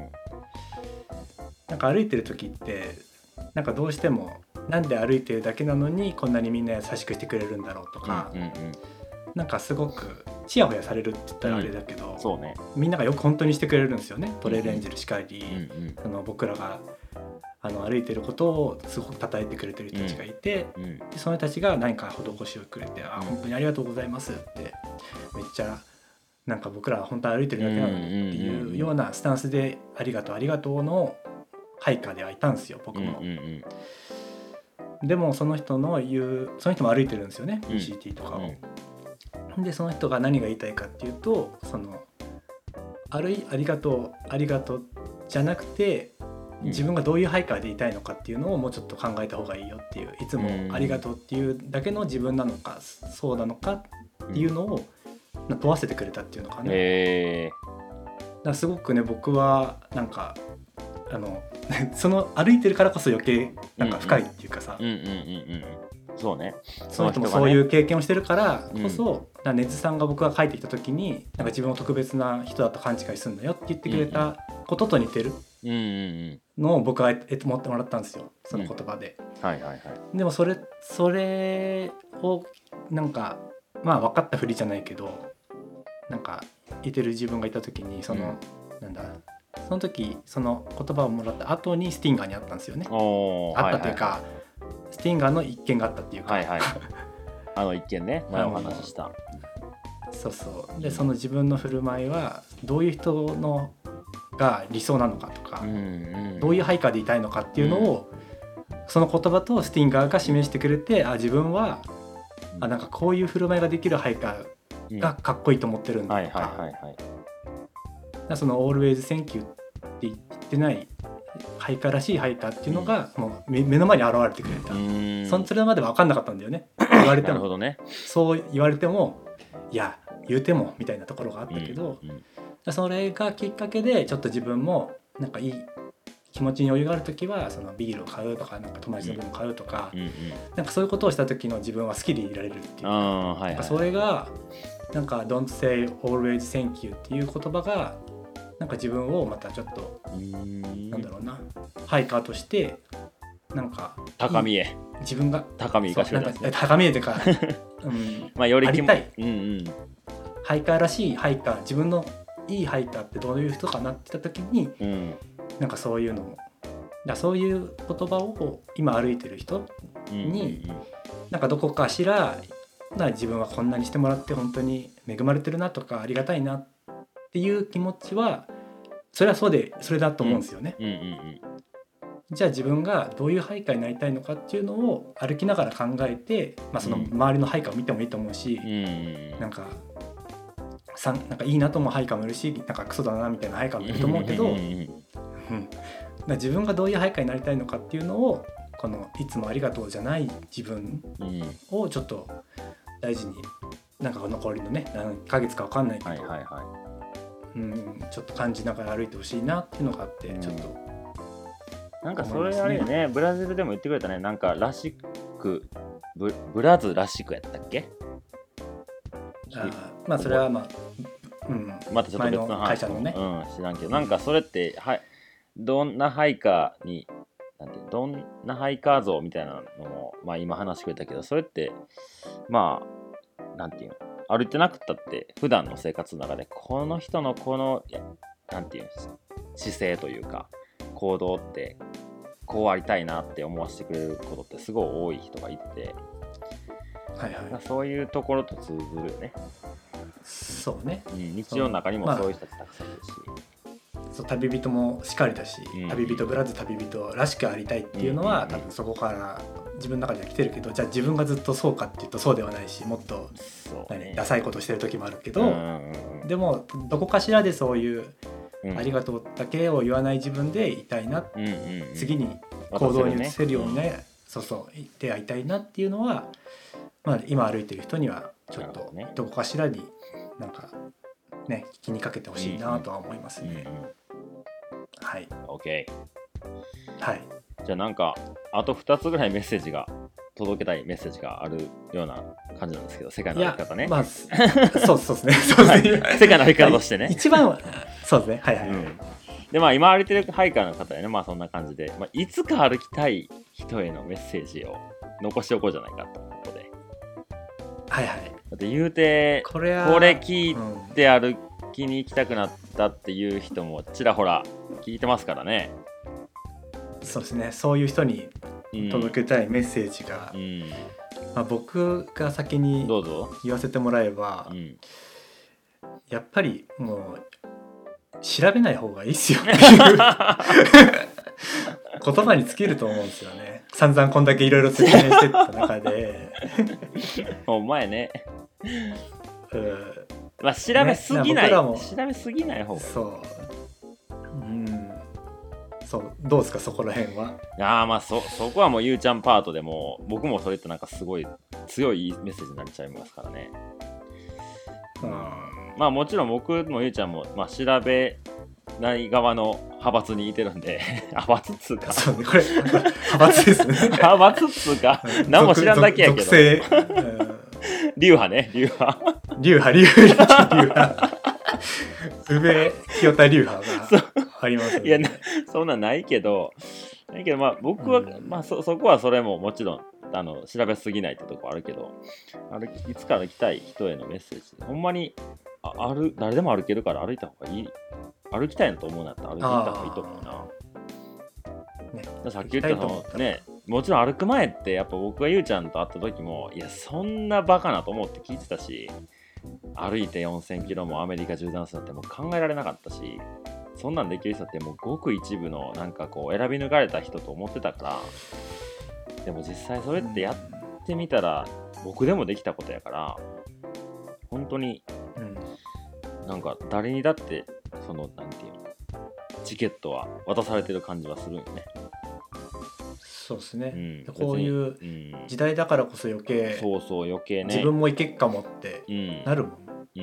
なんか歩いてる時ってなんかどうしてもなんで歩いてるだけなのにこんなにみんな優しくしてくれるんだろうとか、うんうんうん、なんかすごくチヤホヤされるって言ったらあれだけど、うん、そうね、みんながよく本当にしてくれるんですよね。トレイルエンジェルしかり、うんうん、あの僕らがあの歩いてることをすごく称えてくれてる人たちがいて、うんうん、でその人たちが何か施しをくれて、うん、あ本当にありがとうございますってめっちゃなんか僕らは本当に歩いてるだけなのにっていうようなスタンスでありがとうありがとうのハイカーではいたんですよ僕も、うんうんうん、でもその人の言うその人も歩いてるんですよね、うん、ビーシーティー とかを、うん、でその人が何が言いたいかっていうとそのあるいありがとうありがとうじゃなくて自分がどういうハイカーでいたいのかっていうのをもうちょっと考えた方がいいよっていう、いつもありがとうっていうだけの自分なのかそうなのかっていうのを問わせてくれたっていうのかね、えー、だからすごくね僕はなんかあのその歩いてるからこそ余計なんか深いっていうかさ、 そうね、 その人もそういう経験をしてるからこそ、うん、ネズさんが僕が帰ってきた時になんか自分を特別な人だと勘違いするんだよって言ってくれたことと似てるのを僕は持ってもらったんですよ、その言葉で、うんはいはいはい、でもそれそれをなんかまあ分かったふりじゃないけどなんかいてる自分がいた時にその、うん、なんだその時その言葉をもらった後にスティンガーに会ったんですよね。あったというか、はいはいはい、スティンガーの一件があったっていうか、はいはい、 あの一件ね前お話ししたそうそうで、うん、その自分の振る舞いはどういう人のが理想なのかとか、うんうん、どういうハイカーでいたいのかっていうのを、うん、その言葉とスティンガーが示してくれて、あ自分は、うん、あなんかこういう振る舞いができるハイカーがかっこいいと思ってるんだとか、その Always Thank You って言ってないハイカーらしいハイカーっていうのがもう 目, 目の前に現れてくれた。うんそそれまで分かんなかったんだよね。言われてもなるほど、ね、そう言われてもいや言うてもみたいなところがあったけど、うんうん、それがきっかけでちょっと自分もなんかいい気持ちに余裕があるときはそのビールを買うとか、なんか友達の分を買うとか、うんうんうん、なんかそういうことをした時の自分は好きでいられるっていうか、はいはい、それがなんか Don't say always thank you っていう言葉がなんか自分をまたちょっとなんだろうなハイカーとしてなんか高みへ自分が高みへ行かせてください。高みへというか、うんまあ、よりありたい、うんうん、ハイカーらしいハイカー、自分のいいハイカーってどういう人かなって言った時に、うん、なんかそういうのをだそういう言葉を今歩いてる人に、うんうんうん、なんかどこかしらな自分はこんなにしてもらって本当に恵まれてるなとかありがたいなっていう気持ちはそれはそうでそれだと思うんですよね、うんうんうんうん、じゃあ自分がどういうハイカーになりたいのかっていうのを歩きながら考えて、まあ、その周りのハイカーを見てもいいと思うし、うん、なんかさなんかいいなと思うハイカーもいるしなんかクソだなみたいなハイカーもいると思うけど、うん、だ自分がどういうハイカーになりたいのかっていうのをこのいつもありがとうじゃない自分をちょっと大事になんか残りのね何ヶ月か分かんないけど、はいはいはいうん、ちょっと感じながら歩いてほしいなっていうのがあって、うん、ちょっとなんかそれあれよねブラジルでも言ってくれたねなんからしくブ, ブラズらしくやったっけ？ あまあそれはまあ、うん、 またちょっと別の話の、ね、 うん、知らんけど、なんかそれってはどんなハイカーになんてどんなハイカー像みたいなのも、まあ、今話してくれたけど、それってまあなんていうの、歩いてなくったって普段の生活の中でこの人のこのなんていうの姿勢というか行動ってこうありたいなって思わせてくれることってすごい多い人がいて、 はいはい、 そういうところと通ずるよね。 そうね、 うん、日常の中にもそういう人たくさんいるし、 まあ、そう旅人もしかりだし、うん、旅人ブラズ旅人らしくありたいっていうのは、うん、多分そこから自分の中では来てるけど、じゃあ自分がずっとそうかっていうとそうではないし、もっと、ね、ダサいことしてる時もあるけど、うん、でもどこかしらでそういうありがとうだけを言わない自分でいたいな、うんうんうん、次に行動に移せるようにね、うん、そうそう出会いたいなっていうのは、まあ、今歩いてる人にはちょっとどこかしらになんかね気にかけてほしいなとは思いますね、うんうん、はい OK、 はい、 じゃあなんかあとふたつぐらいメッセージが届けたいメッセージがあるような感じなんですけど、世界の歩き方ね。 まあ、そうそうですね。そうですね。 世界の歩き方としてね。 一番はそうですね。はいはい、はい、うん。 でまあ今歩いてるハイカーの方はね、まあそんな感じで、まあ、いつか歩きたい人へのメッセージを残しておこうじゃないかとここで。 はいはい。 だって言うてこれこれ聞いて歩きに行きたくなったっていう人もちらほら聞いてますからね。 そうですね。そういう人に届けたいメッセージが、うんうんまあ、僕が先に言わせてもらえば、うん、やっぱりもう調べない方がいいっすよっていう言葉に尽きると思うんですよね。散々こんだけいろいろ説明してた中でお前ね、うん、まあ調べすぎない、ね、調べすぎない方がいい。 そう、うんそうどうですかそこら辺は。 ああまあ そ, そこはもうゆうちゃんパートでも僕もそれってなんかすごい強いメッセージになっちゃいますからね。うん、まあもちろん僕もゆうちゃんも、まあ、調べない側の派閥にいてるんで派閥っつうかそう、ね、これ派閥ですね派閥っつうか何も知らんだけやけど流派ね流派流派流派流派宇部清田流派がありますよね。 いやそんなんないけどないけどまあ僕は、うん、まあ そ, そこはそれももちろんあの調べすぎないってとこあるけど、あるいつか歩きたい人へのメッセージほんまに あ, ある誰でも歩けるから歩いた方がいい。歩きたいなと思うなったら歩いてみた方がいいと思うな。ね、さっき言ったのね、もちろん歩く前ってやっぱ僕がゆうちゃんと会った時もいやそんなバカなと思って聞いてたし、歩いてよんせんキロもアメリカ縦断するってもう考えられなかったし、そんなんできる人ってもうごく一部のなんかこう選び抜かれた人と思ってたから。でも実際それってやってみたら僕でもできたことやから本当になんか誰にだってそのなんていうのチケットは渡されてる感じはするよね。 そうですね、うん、こういう時代だからこそ余計、 うん、そうそう余計ね自分も行けっかもってなるもん、 うんうんうん、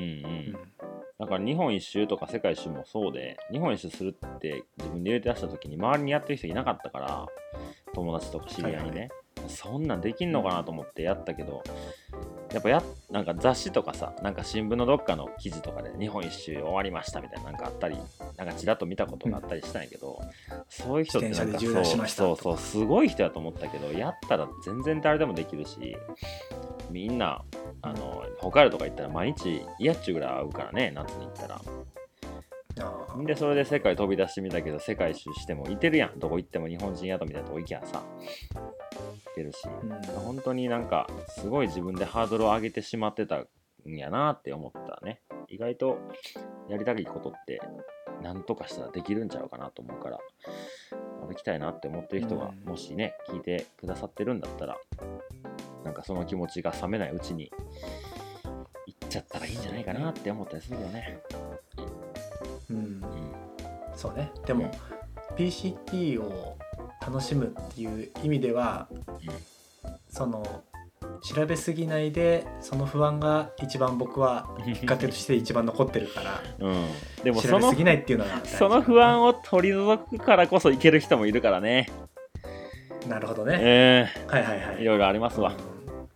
だから日本一周とか世界一周もそうで、日本一周するって自分で入れてらした時に周りにやってる人いなかったから、友達とか知り合いにね、はいはい、そんなんできんのかなと思ってやったけど、やっぱやなんか雑誌とかさ、なんか新聞のどっかの記事とかで日本一周終わりましたみたいななんかあったり、なんかちらっと見たことがあったりしたんやけど、うん、そういう人ってなんかそうそうそうすごい人やと思ったけど、やったら全然誰でもできるし、みんなあの北海道とか行ったら毎日嫌っちゅうぐらい会うからね、夏に行ったら。でそれで世界飛び出してみたけど、世界一周してもいてるやん、どこ行っても日本人宿みたいなとこ行きゃさいてるし、うん、本当になんかすごい自分でハードルを上げてしまってたんやなって思ったね。意外とやりたいことってなんとかしたらできるんちゃうかなと思うから、歩きたいなって思ってる人がもしね、聞いてくださってるんだったら、なんかその気持ちが冷めないうちに行っちゃったらいいんじゃないかなって思ったりするよね。 うん、うん、そうね。でも、うん、ピーシーティー を楽しむっていう意味では、うん、その調べすぎないでその不安が一番僕はきっかけとして一番残ってるから、うん、でも調べすぎないっていうのはその不安を取り除くからこそいける人もいるからね。 なるほどね、 えー、 はいはいはい、 いろいろありますわ、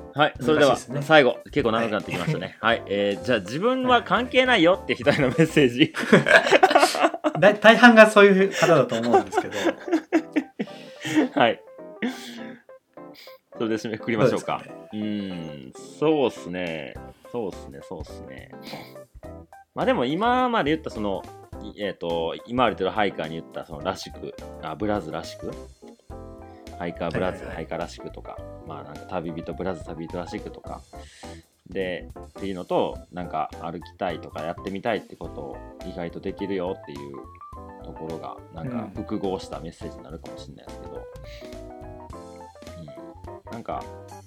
はい、それでは最後、結構長くなってきましたね。はい、はい、えー、じゃあ自分は関係ないよって人へのメッセージ。 大半がそういう方だと思うんですけど。 はい。それで締めくくりましょうか。うーん、そうっすね。そうっすね、そうっすね。まあでも今まで言ったその、えっと、今歩いてるハイカーに言ったそのらしく、あ、ブラズらしく、ハイカーブラズ、はいはいはい、ハイカーらしくとか、まあなんか旅人ブラズ旅人らしくとかでっていうのと、なんか歩きたいとかやってみたいってことを意外とできるよっていうところがなんか複合したメッセージになるかもしれないですけど、うん、なんか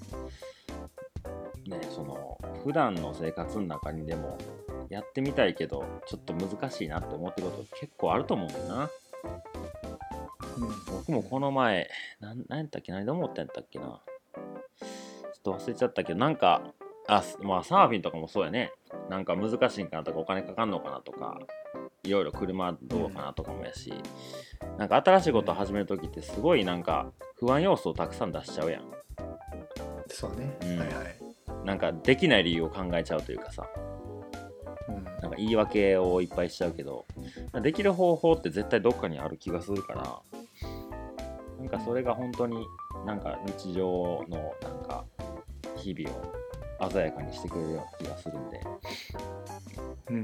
ね、その普段の生活の中にでもやってみたいけどちょっと難しいなって思ってること結構あると思うんだよな。うん、僕もこの前何やったっけ、何で思ったんやったっけな、ちょっと忘れちゃったけど、なんかあ、まあサーフィンとかもそうやね。なんか難しいんかなとか、お金かかんのかなとか、いろいろ車どうかなとかもやし、うん、なんか新しいことを始めるときってすごいなんか不安要素をたくさん出しちゃうやん。 そうね、うん、はいはい。 なんかできない理由を考えちゃうというかさ、うん、なんか言い訳をいっぱいしちゃうけど、できる方法って絶対どっかにある気がするから、なんかそれが本当になんか日常のなんか日々を鮮やかにしてくれるような気がするんで、うん、うん、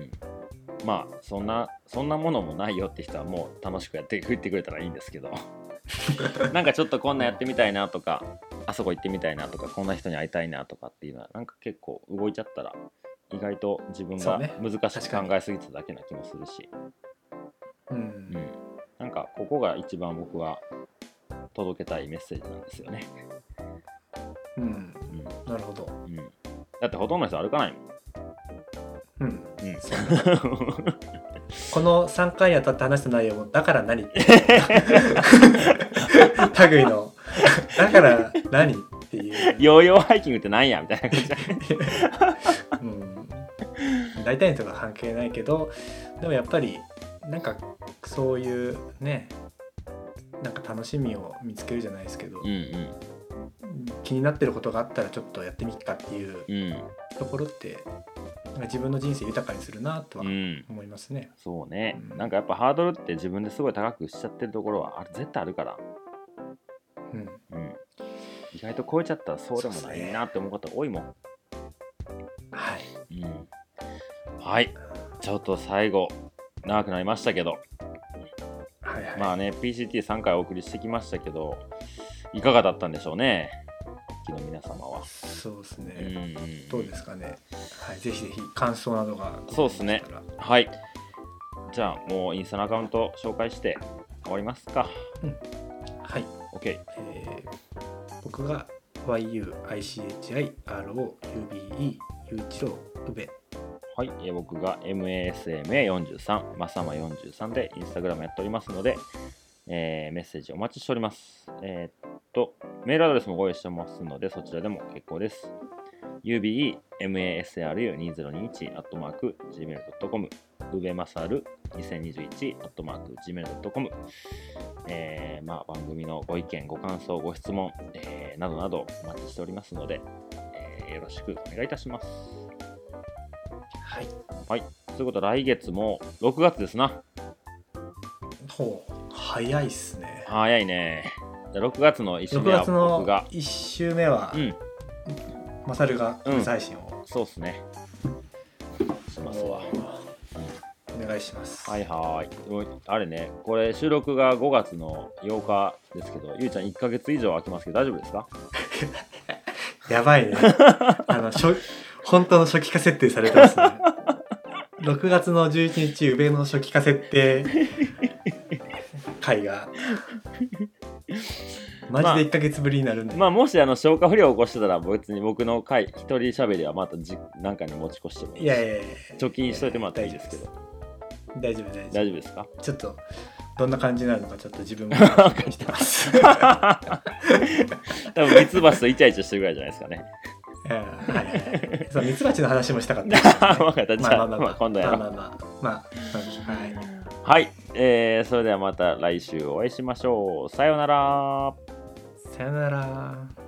まあそんなそんなものもないよって人はもう楽しくやって言ってくれたらいいんですけどなんかちょっとこんなやってみたいなとか、あそこ行ってみたいなとか、こんな人に会いたいなとかっていうのはなんか結構動いちゃったら意外と自分が難しく考えすぎただけな気もするし、うん、うん、なんかここが一番僕は届けたいメッセージなんですよね。 うん、うん、なるほど、 うん、だってほとんどの人歩かないもん。 うん、うん、このさんかいにあたって話した内容もだから何って類のだから何っていうヨーヨーハイキングってなんやみたいな感じだね、 うん、大体の人が関係ないけど、でもやっぱりなんかそういうね、なんか楽しみを見つけるじゃないですけど、うんうん、気になってることがあったらちょっとやってみっかっていうところって、なんか自分の人生豊かにするなとは思いますね、 うん、そうね、うん、なんかやっぱハードルって自分ですごい高くしちゃってるところはあれ絶対あるから、うんうん、意外と超えちゃったらそうでもないなって思うこと多いもん。 はい、 うん、はい、ちょっと最後長くなりましたけど、はいはい、まあね ピーシーティーさん 回お送りしてきましたけど、いかがだったんでしょうね、の皆様は。 そうですね、うんうん、どうですかね、はい、ぜひぜひ感想などが。 そうですね、はい、じゃあもうインスタのアカウント紹介して終わりますか。 うん、はい、 OK、 えー、僕が ワイユーアイシーエイチアイアールオーユービーイー ゆういちろううべ、 はい、えー、僕が エムエーエスエムエーよんじゅうさん まさまよんじゅうさんでインスタグラムやっておりますので、えー、メッセージお待ちしております。えー、っとメールアドレスもご用意してますのでそちらでも結構です。ユービーイーエムエーエスアールユーにせんにじゅういち アットマーク ジーメールドットコム うべまさるにせんにじゅういち アットマーク ジーメールドットコム、えーまあ、番組のご意見ご感想ご質問、えー、などなどお待ちしておりますので、えー、よろしくお願いいたします。 はい、 はい、ということで来月もろくがつですな。 ほう、早いっすね。 早いね。じゃろくがつのいち週目は僕がろくがつのいち週目は、うん、マサルがフル配信を、 うん、そうっすね、しますわ、 うん、お願いします。 はいはい。あれね、これ収録がごがつのようかですけど、ゆうちゃんいっかげつ以上空きますけど大丈夫ですか？ やばいね。あの初本当の初期化設定されてますね。ろくがつのじゅういちにち、宇部の初期化設定回がマジでいっかげつぶりになるんで、 まあ、まあ、もしあの消化不良を起こしてたら別に僕の回一人喋りはまたじなんかに持ち越してもいいし、 いやいやいや貯金しといてもらったらいいですけど。 大丈夫大丈夫大丈夫ですか？ ちょっとどんな感じになるのかちょっと自分も楽しみにしてます。 多分ミツバチとイチャイチャしてるぐらいじゃないですかね。 はいはいはい、そうミツバチの話もしたかったです、ね。 分かった。じゃあ、まあまあまあ、まあ、今度やろう。 まあまあまあ、まあ、はい。 はい、えー、それではまた来週お会いしましょう。さようなら。 さよなら。